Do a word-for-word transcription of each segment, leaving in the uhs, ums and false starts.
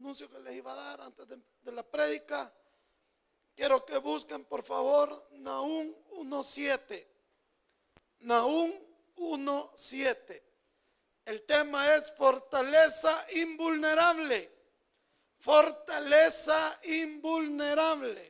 anuncio que les iba a dar antes de, de la prédica. Quiero que busquen por favor Nahum uno siete. Nahum uno siete. El tema es fortaleza invulnerable. Fortaleza invulnerable.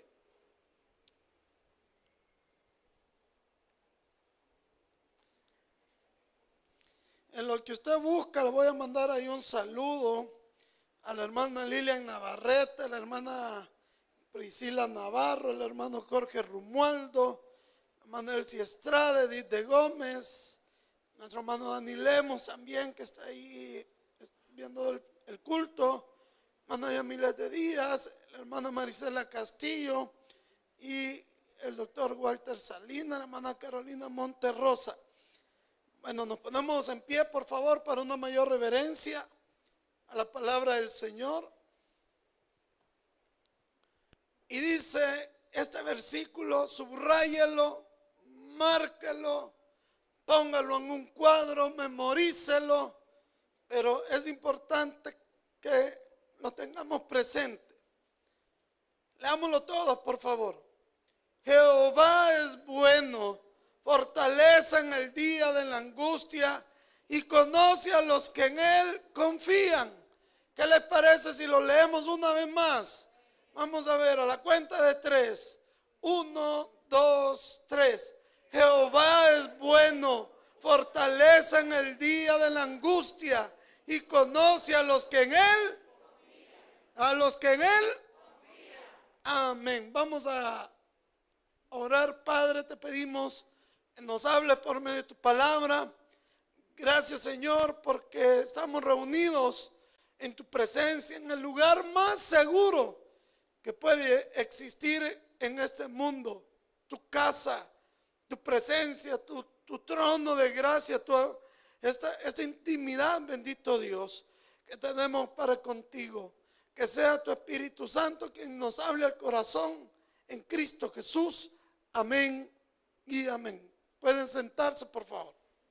En lo que usted busca, le voy a mandar ahí un saludo a la hermana Lilian Navarrete, a la hermana Priscila Navarro, el hermano Jorge Rumualdo, la hermana Elsie Estrada, Edith de Gómez, nuestro hermano Dani Lemos también, que está ahí viendo el, el culto, hermana Yamila de Díaz, la hermana Marisela Castillo y el doctor Walter Salinas, la hermana Carolina Monterrosa. Bueno, nos ponemos en pie, por favor, para una mayor reverencia a la palabra del Señor. Y dice este versículo, subráyelo, márquelo, póngalo en un cuadro, memorícelo, pero es importante que lo tengamos presente. Leámoslo todos, por favor. Jehová es bueno, fortaleza en el día de la angustia y conoce a los que en él confían. ¿Qué les parece si lo leemos una vez más? Vamos a ver a la cuenta de tres. Uno, dos, tres. Jehová es bueno, fortaleza en el día de la angustia y conoce a los que en él, a los que en él. Amén. Vamos a orar. Padre, te pedimos que nos hables por medio de tu palabra. Gracias, Señor, porque estamos reunidos en tu presencia, en el lugar más seguro que puede existir en este mundo. Tu casa, tu presencia, tu, tu trono de gracia, tu, esta, esta intimidad, bendito Dios, que tenemos para contigo. Que sea tu Espíritu Santo quien nos hable al corazón en Cristo Jesús. Amén y amén. Pueden sentarse, por favor.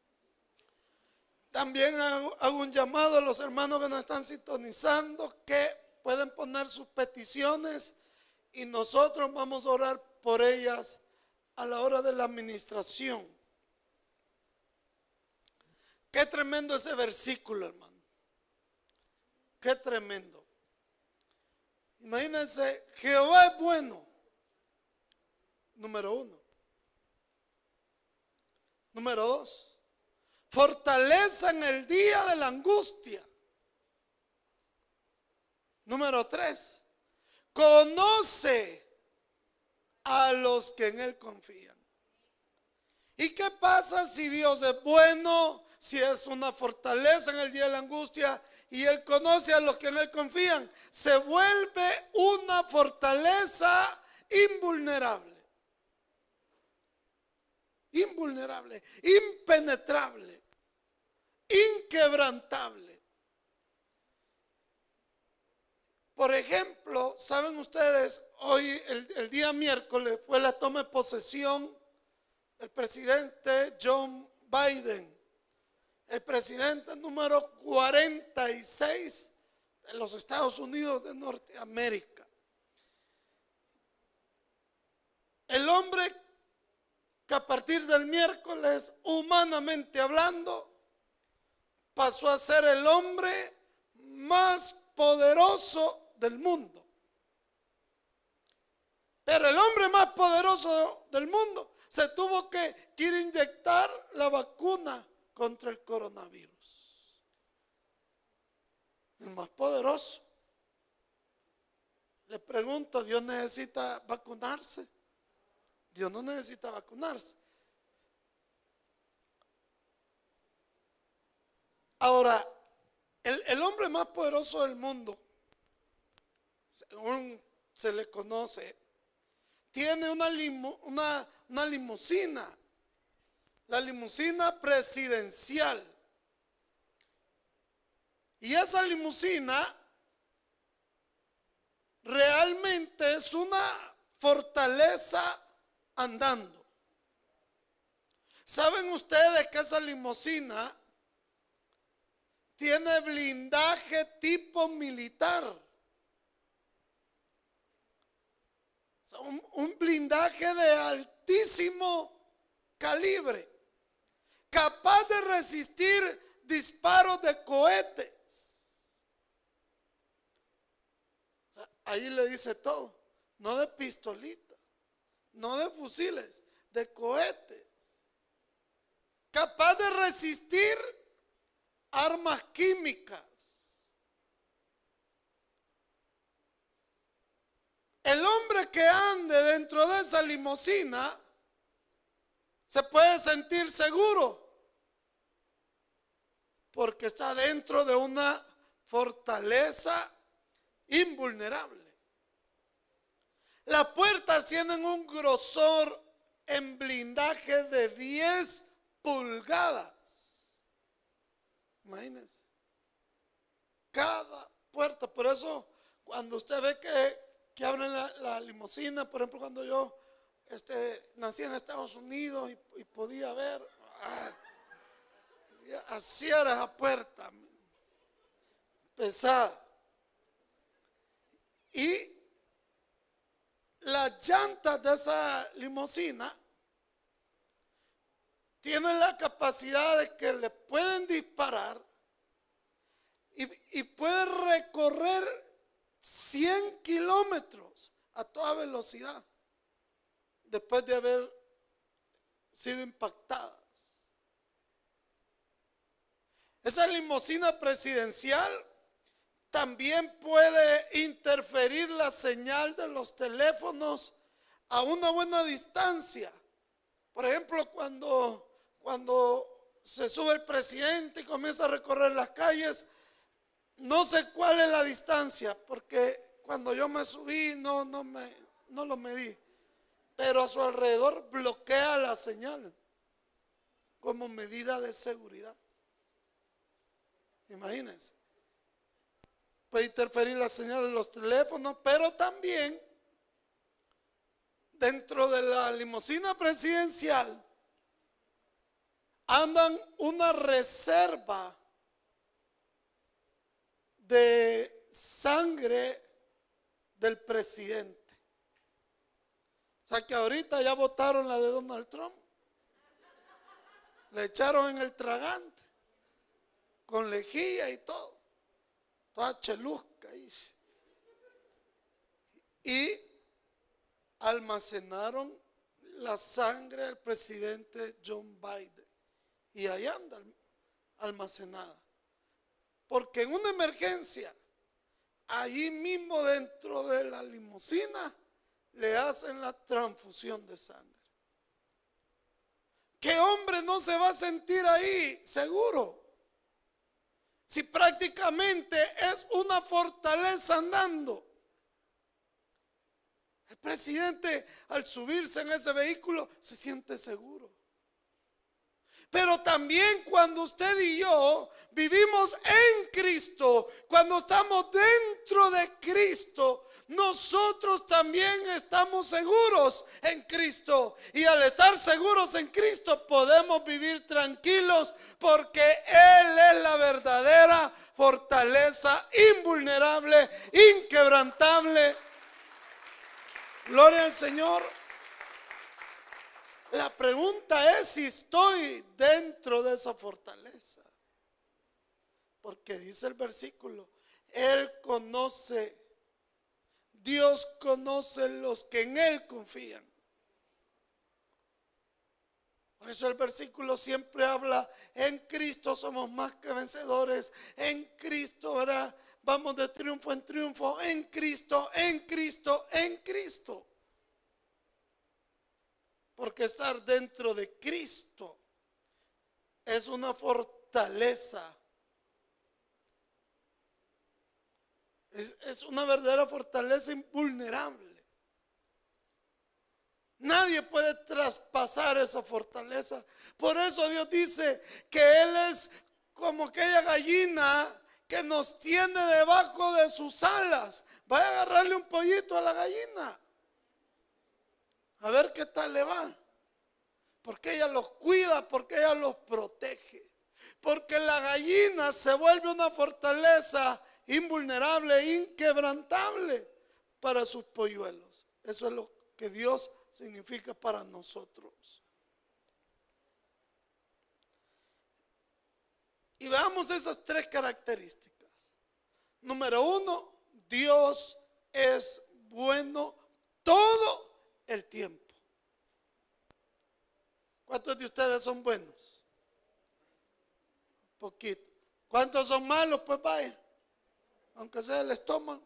También hago, hago un llamado a los hermanos que nos están sintonizando, que pueden poner sus peticiones y nosotros vamos a orar por ellas a la hora de la administración. Qué tremendo ese versículo, hermano. Qué tremendo. Imagínense, Jehová es bueno. Número uno. Número dos, fortaleza en el día de la angustia. Número tres, conoce a los que en él confían. ¿Y qué pasa si Dios es bueno, si es una fortaleza en el día de la angustia y él conoce a los que en él confían? Se vuelve una fortaleza invulnerable. Invulnerable, impenetrable, inquebrantable. Por ejemplo, saben ustedes, hoy el, el día miércoles fue la toma de posesión del presidente John Biden, el presidente número cuarenta y seis de los Estados Unidos de Norteamérica. El hombre que a partir del miércoles, humanamente hablando, pasó a ser el hombre más poderoso del mundo. Pero el hombre más poderoso del mundo se tuvo que ir a inyectar la vacuna contra el coronavirus. El más poderoso. Le pregunto, ¿Dios necesita vacunarse? Dios no necesita vacunarse. Ahora, el, el hombre más poderoso del mundo, según se le conoce, tiene una, limu, una, una limusina, la limusina presidencial. Y esa limusina realmente es una fortaleza andando. ¿Saben ustedes que esa limusina tiene blindaje tipo militar? un blindaje de altísimo calibre, capaz de resistir disparos de cohetes. O sea, ahí le dice todo, no de pistolitas, no de fusiles, de cohetes. Capaz de resistir armas químicas. El hombre que ande dentro de esa limusina se puede sentir seguro porque está dentro de una fortaleza invulnerable. Las puertas tienen un grosor en blindaje de diez pulgadas. Imagínense. Cada puerta. Por eso cuando usted ve que, que abren la, la limusina, por ejemplo, cuando yo este, nací en Estados Unidos y, y podía ver, ah, así era esa puerta, pesada. Y las llantas de esa limusina tienen la capacidad de que le pueden disparar y, y puede recorrer cien kilómetros a toda velocidad después de haber sido impactadas. Esa limusina presidencial también puede interferir la señal de los teléfonos a una buena distancia. Por ejemplo, cuando Cuando se sube el presidente y comienza a recorrer las calles, no sé cuál es la distancia, porque cuando yo me subí no, no, me, no lo medí, pero a su alrededor bloquea la señal como medida de seguridad. Imagínense. Puede interferir la señal de los teléfonos, pero también dentro de la limusina presidencial andan una reserva de sangre del presidente. O sea que ahorita ya votaron la de Donald Trump. Le echaron en el tragante, con lejía y todo, toda chelusca. Y, y almacenaron la sangre del presidente John Biden. Y ahí anda almacenada. Porque en una emergencia, allí mismo dentro de la limusina, le hacen la transfusión de sangre. ¿Qué hombre no se va a sentir ahí seguro? Si prácticamente es una fortaleza andando. El presidente al subirse en ese vehículo se siente seguro. Pero también cuando usted y yo vivimos en Cristo, cuando estamos dentro de Cristo, nosotros también estamos seguros en Cristo. Y al estar seguros en Cristo podemos vivir tranquilos porque Él es la verdadera fortaleza invulnerable, inquebrantable. Gloria al Señor. La pregunta es si estoy dentro de esa fortaleza. Porque dice el versículo, Él conoce, Dios conoce los que en Él confían. Por eso el versículo siempre habla, en Cristo somos más que vencedores, en Cristo, ¿verdad? Vamos de triunfo en triunfo, en Cristo, en Cristo, en Cristo. Porque estar dentro de Cristo es una fortaleza. Es, es una verdadera fortaleza invulnerable. Nadie puede traspasar esa fortaleza. Por eso Dios dice que Él es como aquella gallina que nos tiene debajo de sus alas. Vaya a agarrarle un pollito a la gallina, a ver qué tal le va. Porque ella los cuida, porque ella los protege. Porque la gallina se vuelve una fortaleza invulnerable, inquebrantable para sus polluelos. Eso es lo, que Dios significa para nosotros. Y veamos esas tres características. Número uno, Dios es bueno todo el tiempo. ¿Cuántos de ustedes son buenos? Poquito. ¿Cuántos son malos? Pues vaya, aunque sea el estómago.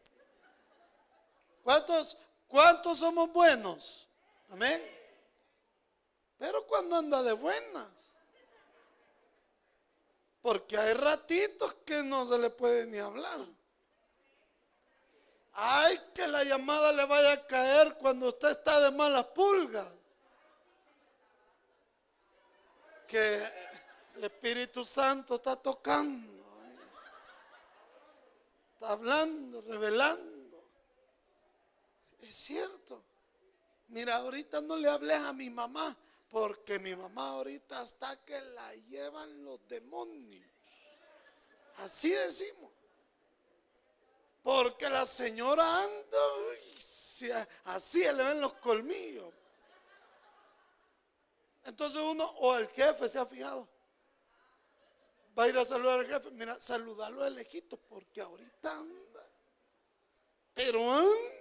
¿Cuántos, cuántos somos buenos? Amén. Pero cuando anda de buenas. Porque hay ratitos que no se le puede ni hablar. Ay, que la llamada le vaya a caer cuando usted está de malas pulgas. Que el Espíritu Santo está tocando, está hablando, revelando. Es cierto. Mira, ahorita no le hables a mi mamá, porque mi mamá ahorita está que la llevan los demonios. Así decimos. Porque la señora anda, uy, así le ven los colmillos. Entonces uno, o el jefe, se ha fijado, va a ir a saludar al jefe. Mira, saludarlo de lejito, porque ahorita anda. Pero anda.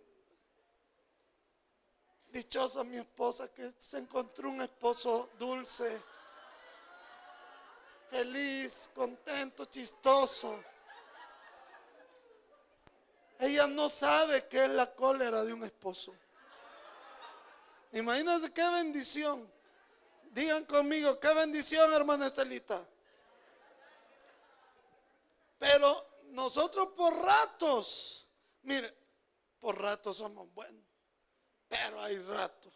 Dichosa mi esposa que se encontró un esposo dulce, feliz, contento, chistoso. Ella no sabe qué es la cólera de un esposo. Imagínense qué bendición. Digan conmigo, qué bendición, hermana Estelita. Pero nosotros por ratos, mire, por ratos somos buenos. Pero hay ratos.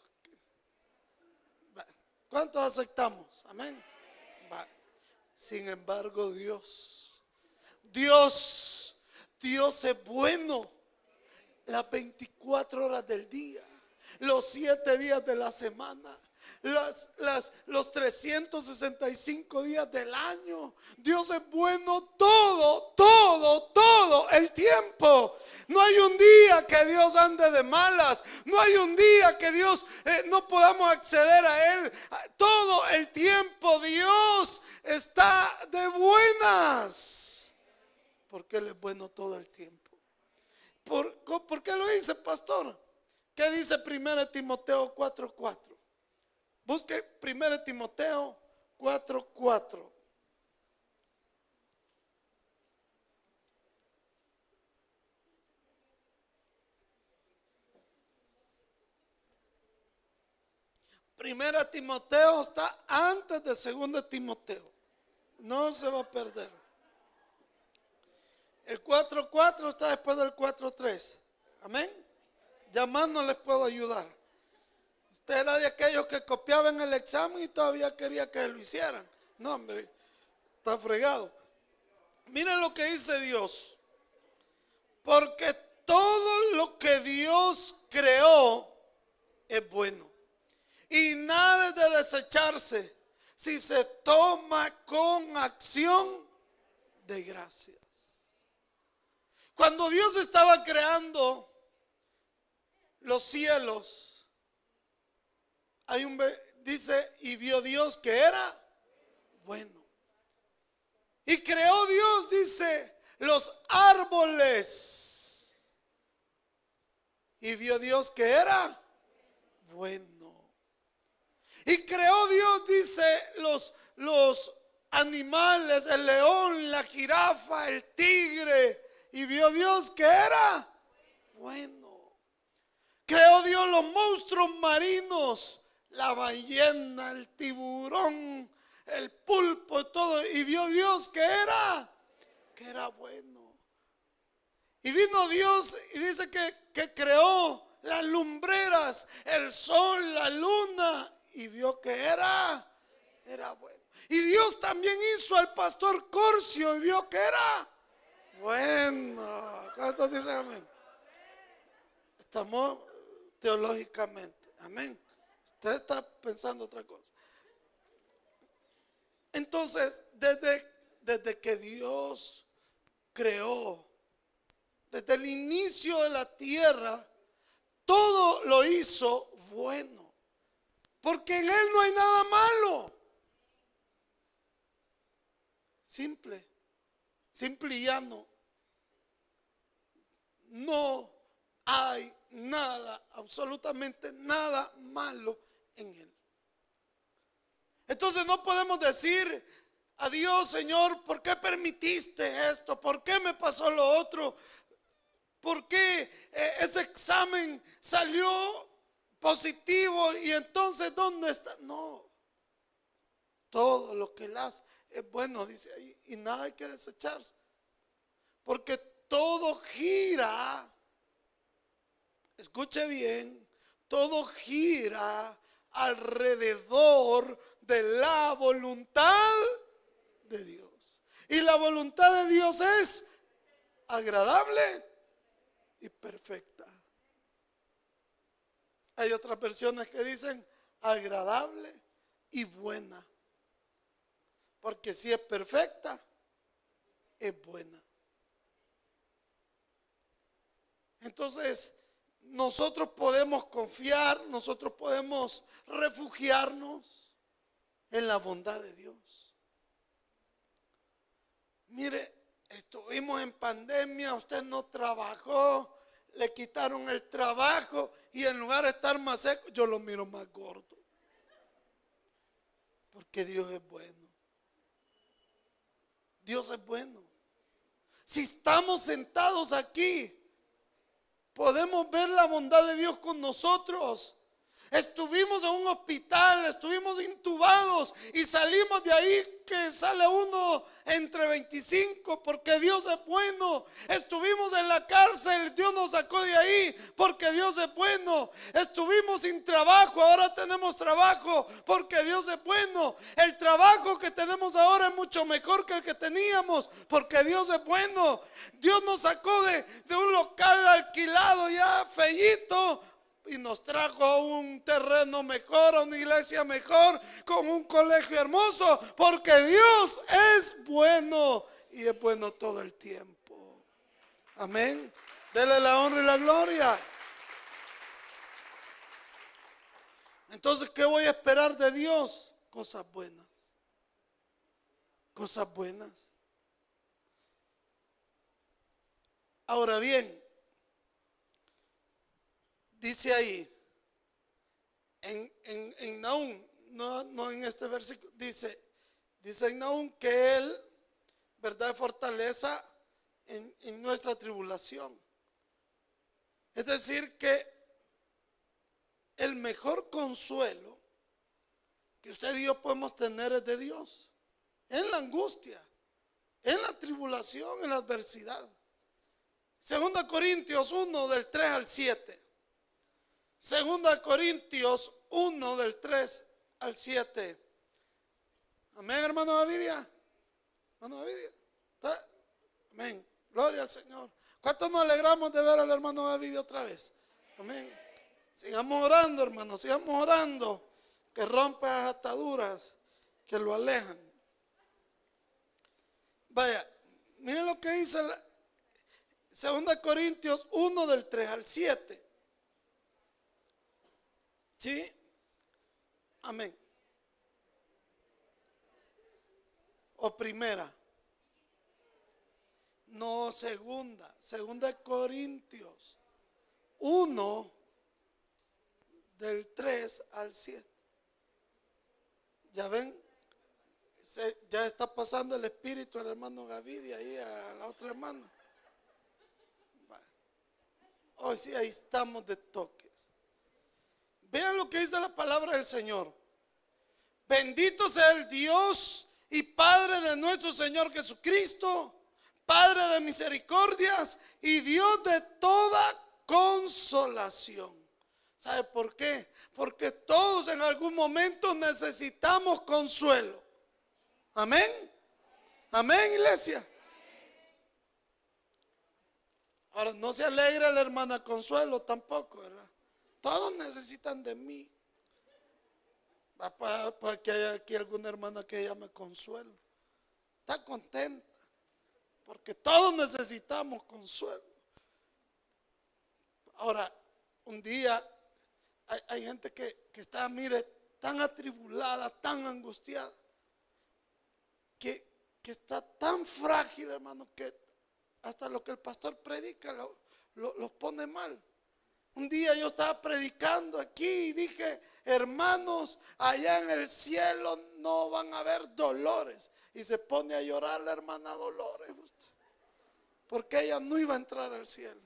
¿Cuántos aceptamos? Amén. Va. Sin embargo, Dios, Dios, Dios es bueno las veinticuatro horas del día, los siete días de la semana, las, las, los trescientos sesenta y cinco días del año. Dios es bueno todo, todo, todo el tiempo. No hay un día que Dios ande de malas. No hay un día que Dios eh, no podamos acceder a Él. Todo el tiempo Dios está de buenas. Porque Él es bueno todo el tiempo. ¿Por, ¿por qué lo dice, pastor? ¿Qué dice primero Timoteo cuatro cuatro? Busque primero Timoteo cuatro cuatro. Primera Timoteo está antes de Segunda Timoteo. No se va a perder. El cuatro cuatro está después del cuatro tres. Amén. Ya más no les puedo ayudar. Usted era de aquellos que copiaban el examen y todavía quería que lo hicieran. No, hombre, está fregado. Miren lo que dice Dios. Porque todo lo que Dios creó es bueno. Y nada es de desecharse si se toma con acción de gracias. Cuando Dios estaba creando los cielos, hay un dice, y vio Dios que era bueno. Y creó Dios, dice, los árboles. Y vio Dios que era bueno. Y creó Dios, dice, los, los animales, el león, la jirafa, el tigre. Y vio Dios que era bueno. Creó Dios los monstruos marinos, la ballena, el tiburón, el pulpo, todo. Y vio Dios que era, que era bueno. Y vino Dios y dice que, que creó las lumbreras, el sol, la luna. Y vio que era, era bueno. Y Dios también hizo al pastor Corcio y vio que era bueno. ¿Cuántos dicen amén? Estamos teológicamente. Amén. Usted está pensando otra cosa. Entonces, desde, desde que Dios creó, desde el inicio de la tierra, todo lo hizo bueno, porque en Él no hay nada malo. Simple, simple y llano. No hay nada, absolutamente nada malo en Él. Entonces no podemos decir a Dios: Señor, ¿por qué permitiste esto? ¿Por qué me pasó lo otro? ¿Por qué eh, ese examen salió positivo y entonces ¿dónde está? No, todo lo que Él hace es bueno, dice ahí, y nada hay que desecharse, porque todo gira, escuche bien, todo gira alrededor de la voluntad de Dios. Y la voluntad de Dios es agradable y perfecta. Hay otras versiones que dicen agradable y buena, porque si es perfecta, es buena. Entonces, nosotros podemos confiar, nosotros podemos refugiarnos en la bondad de Dios. Mire, estuvimos en pandemia, usted no trabajó, le quitaron el trabajo y en lugar de estar más seco, yo lo miro más gordo. Porque Dios es bueno. Dios es bueno. Si estamos sentados aquí, podemos ver la bondad de Dios con nosotros. Estuvimos en un hospital, estuvimos intubados y salimos de ahí que sale uno entre veinticinco, porque Dios es bueno. Estuvimos en la cárcel, Dios nos sacó de ahí porque Dios es bueno. Estuvimos sin trabajo, ahora tenemos trabajo porque Dios es bueno. El trabajo que tenemos ahora es mucho mejor que el que teníamos porque Dios es bueno. Dios nos sacó de, de un local alquilado ya feíto y nos trajo a un terreno mejor, a una iglesia mejor, con un colegio hermoso, porque Dios es bueno y es bueno todo el tiempo. Amén. Dele la honra y la gloria. Entonces, ¿qué voy a esperar de Dios? Cosas buenas. Cosas buenas. Ahora bien, dice ahí, en, en, en Nahum, no, no en este versículo, dice, dice en Nahum que Él, verdad, fortaleza en, en nuestra tribulación. Es decir, que el mejor consuelo que usted y yo podemos tener es de Dios, en la angustia, en la tribulación, en la adversidad. Segunda Corintios uno del tres al siete. Segunda Corintios uno del tres al siete. Amén, hermano Davidia. Hermano Davidia. ¿Está? Amén. Gloria al Señor. ¿Cuántos nos alegramos de ver al hermano Davidia otra vez? Amén. Sigamos orando, hermano. Sigamos orando. Que rompa las ataduras que lo alejan. Vaya, miren lo que dice la Segunda Corintios uno del tres al siete. ¿Sí? Amén. O primera. No, segunda. Segunda Corintios uno del tres al siete. Ya ven, se, ya está pasando el espíritu al hermano Gavidia ahí a la otra hermana. Hoy sí, ahí estamos de toques. Vean lo que dice la palabra del Señor. Bendito sea el Dios y Padre de nuestro Señor Jesucristo, Padre de misericordias y Dios de toda consolación. ¿Sabe por qué? Porque todos en algún momento necesitamos consuelo. Amén. Amén, iglesia. Ahora, no se alegra la hermana Consuelo tampoco, ¿verdad? Todos necesitan de mí. Para, para que haya aquí alguna hermana que llame Consuelo. Está contenta, porque todos necesitamos consuelo. Ahora, un día hay, hay gente que, que está, mire, tan atribulada, tan angustiada, que, que está tan frágil, hermano, que hasta lo que el pastor predica lo, lo, lo pone mal. Un día yo estaba predicando aquí y dije, hermanos, allá en el cielo no van a haber dolores. Y se pone a llorar la hermana Dolores, porque ella no iba a entrar al cielo.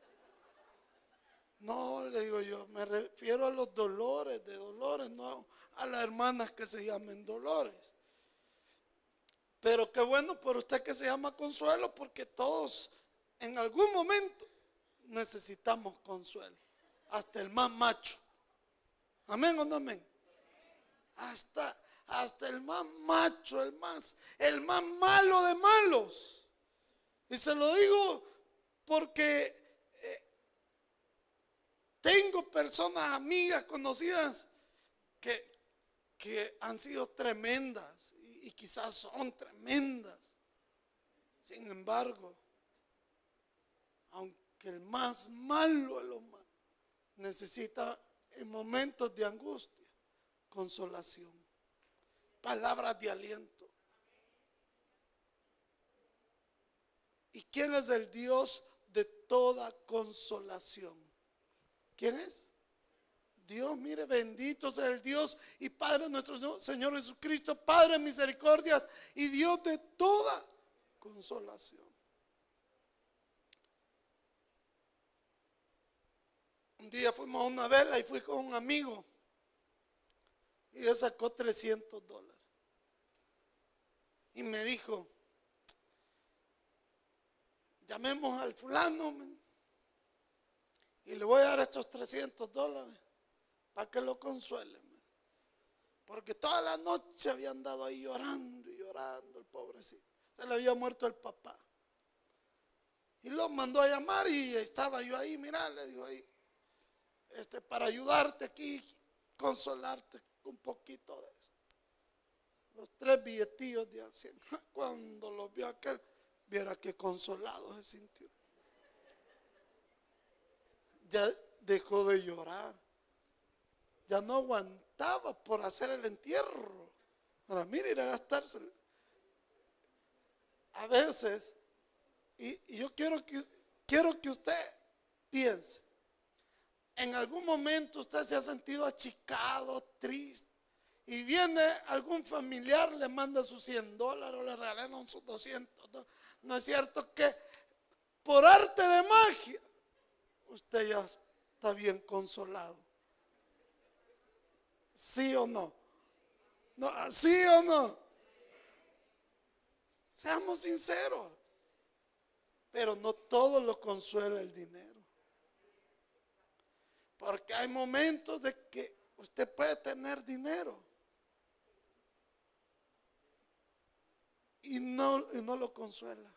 No, le digo yo, me refiero a los dolores de Dolores, no a las hermanas que se llamen Dolores. Pero qué bueno por usted que se llama Consuelo, porque todos en algún momento necesitamos consuelo, hasta el más macho. Amén o no amén. Hasta, hasta el más macho, el más, el más malo de malos. Y se lo digo porque eh, tengo personas, amigas, conocidas que, que han sido tremendas y, y quizás son tremendas. Sin embargo, aunque que el más malo de los malos necesita en momentos de angustia consolación, palabras de aliento. ¿Y quién es el Dios de toda consolación? ¿Quién es? Dios, mire, bendito sea el Dios y Padre nuestro Señor Jesucristo, Padre de misericordias y Dios de toda consolación. Un día fuimos a una vela y fui con un amigo y él sacó trescientos dólares y me dijo, llamemos al fulano y le voy a dar estos trescientos dólares para que lo consuele, porque toda la noche había andado ahí llorando y llorando el pobrecito, se le había muerto el papá y lo mandó a llamar y estaba yo ahí, mira, le digo ahí, Este, para ayudarte aquí, consolarte un poquito de eso. Los tres billetillos de a cien. Cuando los vio aquel, viera que consolado se sintió. Ya dejó de llorar. Ya no aguantaba por hacer el entierro. Ahora mire, ir a gastarse. A veces, y, y yo quiero que, quiero que usted piense, en algún momento usted se ha sentido achicado, triste, y viene algún familiar, le manda sus cien dólares o le regalan sus doscientos. No es cierto que por arte de magia usted ya está bien consolado. ¿Sí o no? No, ¿sí o no? Seamos sinceros. Pero no todo lo consuela el dinero. Porque hay momentos de que usted puede tener dinero y no, y no lo consuela.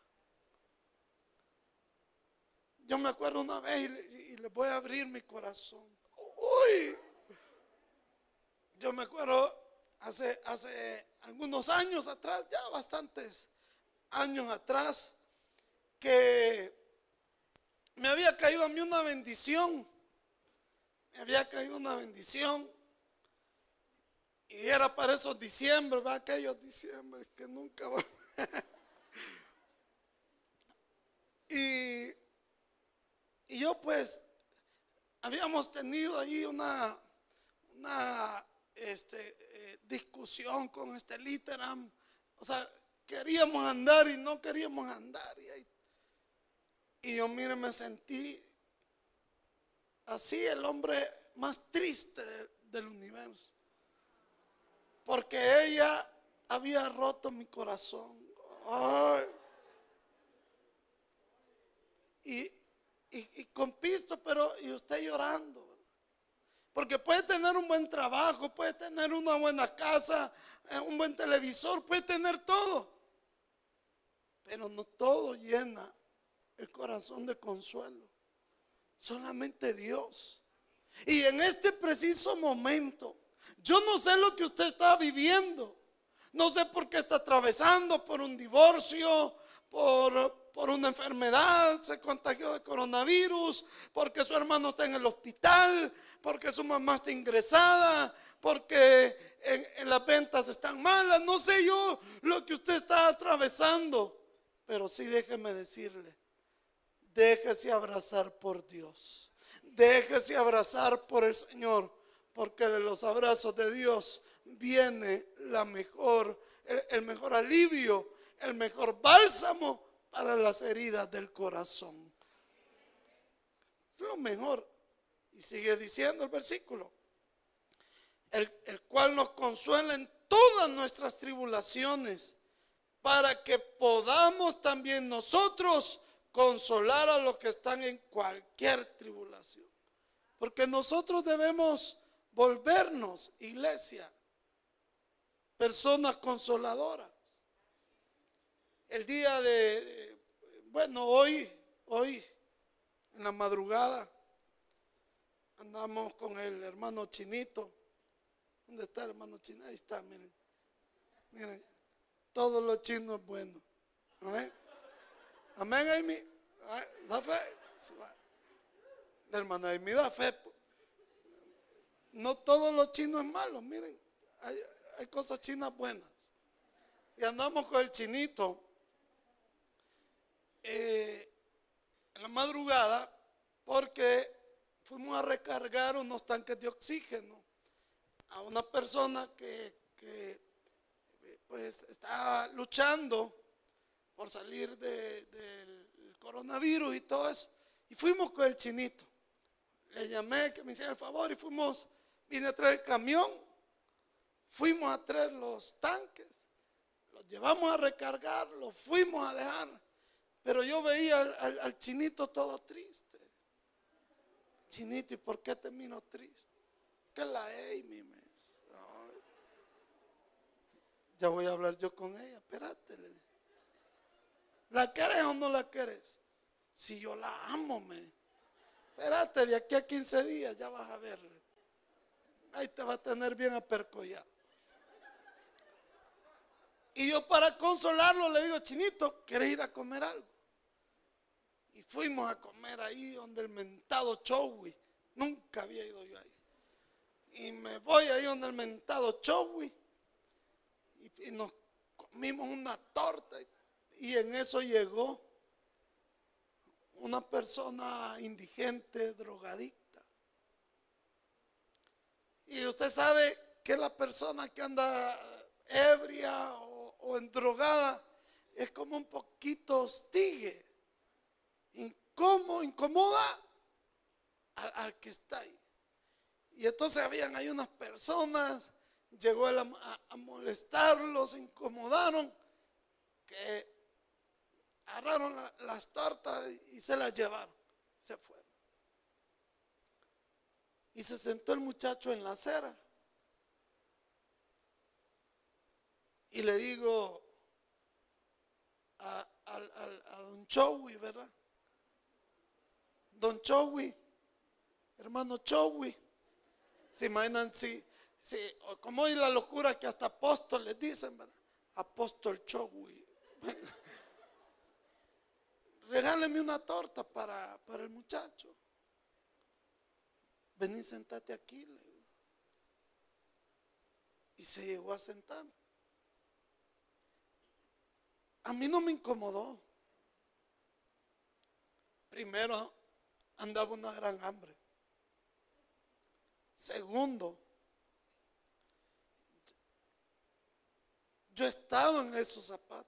Yo me acuerdo una vez y le, y le voy a abrir mi corazón. Uy, yo me acuerdo hace, hace algunos años atrás, ya bastantes años atrás, que me había caído a mí una bendición. Me había caído una bendición y era para esos diciembre, ¿verdad? Aquellos diciembre que nunca van. y, y yo pues habíamos tenido ahí una, una este, eh, discusión con este Literam. O sea, queríamos andar y no queríamos andar. Y, ahí, y yo, mire, me sentí así el hombre más triste de, del universo, porque ella había roto mi corazón. Ay. Y, y, y con pisto, pero y usted llorando, ¿verdad? Porque puede tener un buen trabajo, puede tener una buena casa, un buen televisor, puede tener todo, pero no todo llena el corazón de consuelo. Solamente Dios. Y en este preciso momento, yo no sé lo que usted está viviendo. No sé por qué está atravesando por un divorcio, por, por una enfermedad, se contagió de coronavirus, porque su hermano está en el hospital, porque su mamá está ingresada, porque en, en las ventas están malas. No sé yo lo que usted está atravesando, pero sí déjeme decirle, déjese abrazar por Dios, déjese abrazar por el Señor, porque de los abrazos de Dios viene la mejor, el, el mejor alivio, el mejor bálsamo para las heridas del corazón. Es lo mejor. Y sigue diciendo el versículo, el, el cual nos consuela en todas nuestras tribulaciones, para que podamos también nosotros consolar a los que están en cualquier tribulación. Porque nosotros debemos volvernos, iglesia, personas consoladoras. El día de, bueno, hoy, hoy, en la madrugada, andamos con el hermano Chinito. ¿Dónde está el hermano Chinito? Ahí está, miren. Miren, todo lo chino es bueno. Amén. Amén, Amy. ¿Da fe? La hermana Amy da fe. No todo lo chino es malo, miren. Hay, hay cosas chinas buenas. Y andamos con el Chinito. Eh, en la madrugada, porque fuimos a recargar unos tanques de oxígeno a una persona que, que pues está luchando por salir de, del coronavirus y todo eso. Y fuimos con el Chinito. Le llamé que me hiciera el favor y fuimos, vine a traer el camión, fuimos a traer los tanques, los llevamos a recargar, los fuimos a dejar. Pero yo veía al, al, al Chinito todo triste. Chinito, ¿y por qué te miro triste? Que la Amy me dice. Ay, ya voy a hablar yo con ella, espérate, le dije. ¿La querés o no la querés? Si yo la amo, me. Espérate, de aquí a quince días ya vas a verle. Ahí te va a tener bien apercollado. Y yo para consolarlo le digo, Chinito, ¿quieres ir a comer algo? Y fuimos a comer ahí donde el mentado Chowi. Nunca había ido yo ahí. Y me voy ahí donde el mentado Chowi. Y, y nos comimos una torta. Y en eso llegó una persona indigente, drogadicta. Y usted sabe que la persona que anda ebria o, o endrogada es como un poquito hostigue, incómodo, incomoda al, al que está ahí. Y entonces habían ahí unas personas, llegó él a, a, a molestarlos, incomodaron, que agarraron la, las tortas y se las llevaron, se fueron. Y se sentó el muchacho en la acera. Y le digo a, a, a, a don Chowi, ¿verdad? Don Chowi, hermano Chowi, se imaginan si, si como hoy la locura que hasta apóstoles dicen, ¿verdad? Apóstol Chowi. Regáleme una torta para, para el muchacho. Vení, sentate aquí, le digo. Y se llegó a sentar. A mí no me incomodó. Primero, andaba una gran hambre. Segundo, yo he estado en esos zapatos.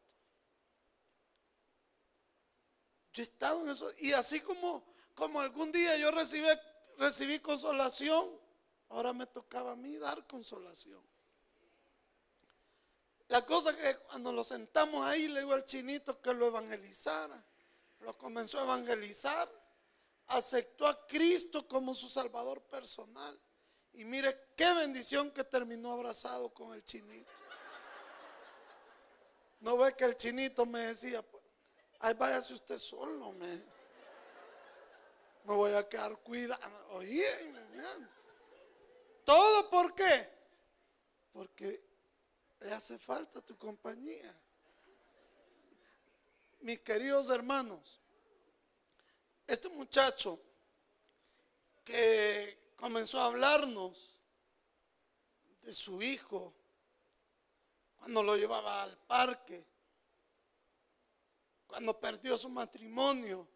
Yo he estado en eso. Y así como, como algún día yo recibí, recibí consolación, ahora me tocaba a mí dar consolación. La cosa es que cuando lo sentamos ahí, le digo al Chinito que lo evangelizara. Lo comenzó a evangelizar. Aceptó a Cristo como su Salvador personal. Y mire qué bendición que terminó abrazado con el Chinito. No ve que el Chinito me decía, pues, ay, váyase usted solo, me, me voy a quedar cuidando. Oye, ¿todo por qué? Porque le hace falta tu compañía. mis queridos hermanos, este muchacho que comenzó a hablarnos de su hijo cuando lo llevaba al parque, cuando perdió su matrimonio,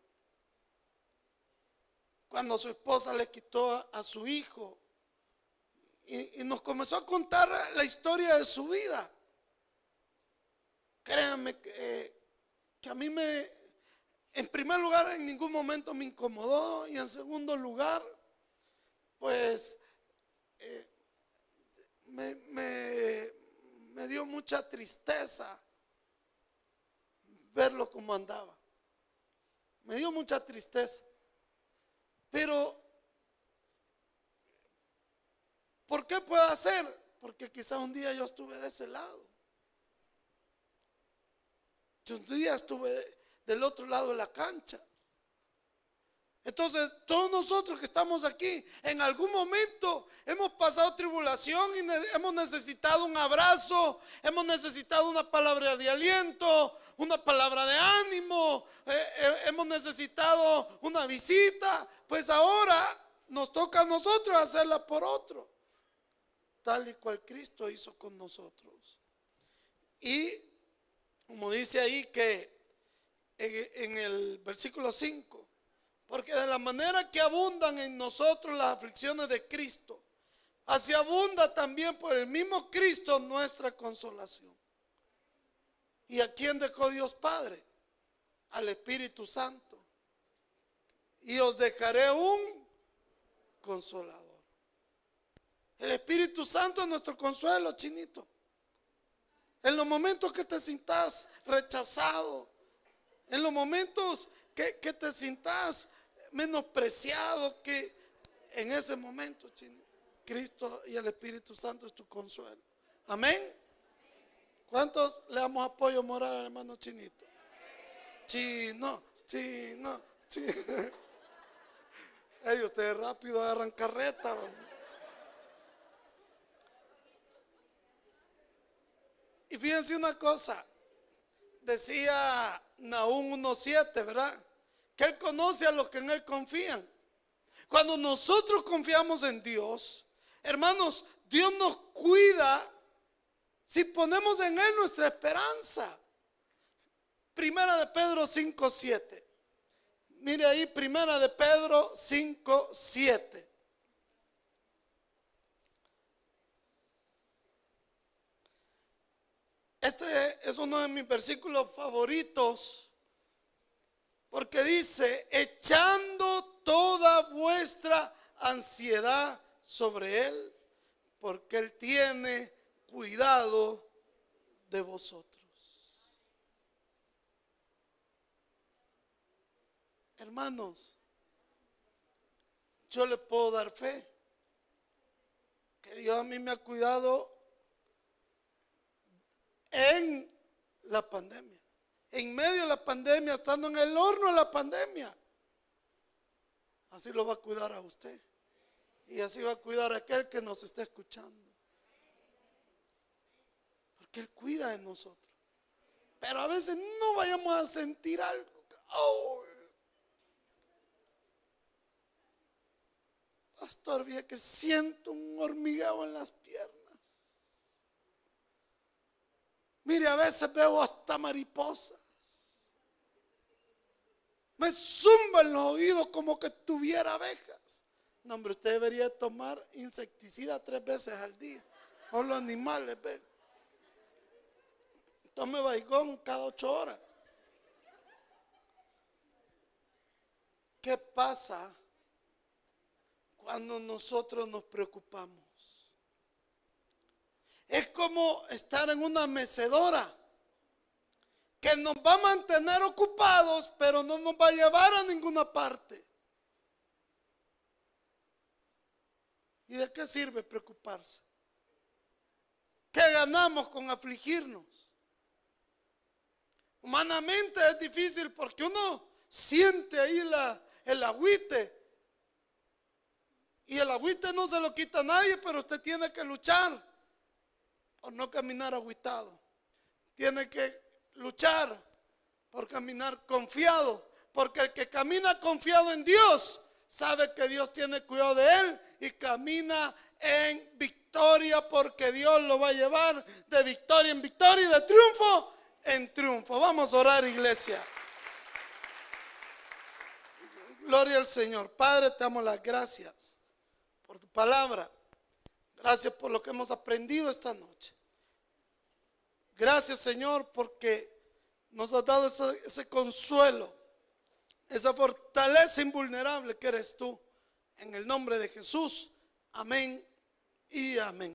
cuando su esposa le quitó a, a su hijo, y, y nos comenzó a contar la historia de su vida. Créanme que, eh, que a mí me, en primer lugar, en ningún momento me incomodó, y en segundo lugar, pues eh, me, me, me dio mucha tristeza verlo como andaba. Me dio mucha tristeza. Pero, ¿por qué puede ser? Porque quizá un día yo estuve de ese lado. Yo un día estuve del otro lado de la cancha. Entonces, todos nosotros que estamos aquí, en algún momento hemos pasado tribulación y ne- hemos necesitado un abrazo, hemos necesitado una palabra de aliento, una palabra de ánimo, eh, eh, hemos necesitado una visita. Pues ahora nos toca a nosotros hacerla por otro, tal y cual Cristo hizo con nosotros. Y como dice ahí que en, en el versículo cinco, porque de la manera que abundan en nosotros las aflicciones de Cristo, así abunda también por el mismo Cristo nuestra consolación. ¿Y a quién dejó Dios Padre? Al Espíritu Santo. Y os dejaré un consolador. El Espíritu Santo es nuestro consuelo, chinito. En los momentos que te sientas rechazado, en los momentos que, que te sientas menospreciado, que en ese momento, chinito, Cristo y el Espíritu Santo es tu consuelo. Amén. ¿Cuántos le damos apoyo moral al hermano Chinito? Chino, chino, chino. Ey, ustedes rápido agarran carreta, ¿verdad? Y fíjense una cosa, decía Nahum uno siete, ¿verdad? Que Él conoce a los que en Él confían. Cuando nosotros confiamos en Dios, hermanos, Dios nos cuida si ponemos en Él nuestra esperanza. Primera de Pedro cinco siete. Mire ahí, Primera de Pedro cinco siete. Este es uno de mis versículos favoritos, porque dice: echando toda vuestra ansiedad sobre Él, porque Él tiene cuidado de vosotros. Hermanos, yo le puedo dar fe que Dios a mí me ha cuidado en la pandemia, en medio de la pandemia, estando en el horno de la pandemia. Así lo va a cuidar a usted, y así va a cuidar a aquel que nos está escuchando, porque Él cuida de nosotros. Pero a veces no vayamos a sentir algo. Oh, pastor, vi que siento un hormigueo en las piernas. Mire, a veces veo hasta mariposas. Me zumba en los oídos como que tuviera abejas. No, hombre, usted debería tomar insecticida tres veces al día. O los animales, ven. Tome Baigón cada ocho horas. ¿Qué pasa cuando nosotros nos preocupamos? Es como estar en una mecedora que nos va a mantener ocupados, pero no nos va a llevar a ninguna parte. ¿Y de qué sirve preocuparse? ¿Qué ganamos con afligirnos? Humanamente es difícil, porque uno siente ahí la, el agüite, y el agüite no se lo quita a nadie, pero usted tiene que luchar por no caminar agüitado. Tiene que luchar por caminar confiado, porque el que camina confiado en Dios sabe que Dios tiene cuidado de él y camina en victoria, porque Dios lo va a llevar de victoria en victoria y de triunfo en triunfo. Vamos a orar, iglesia. Gloria al Señor. Padre, te damos las gracias por tu palabra. Gracias por lo que hemos aprendido esta noche. Gracias, Señor, porque nos has dado ese, ese consuelo, esa fortaleza invulnerable que eres tú. En el nombre de Jesús. Amén y amén.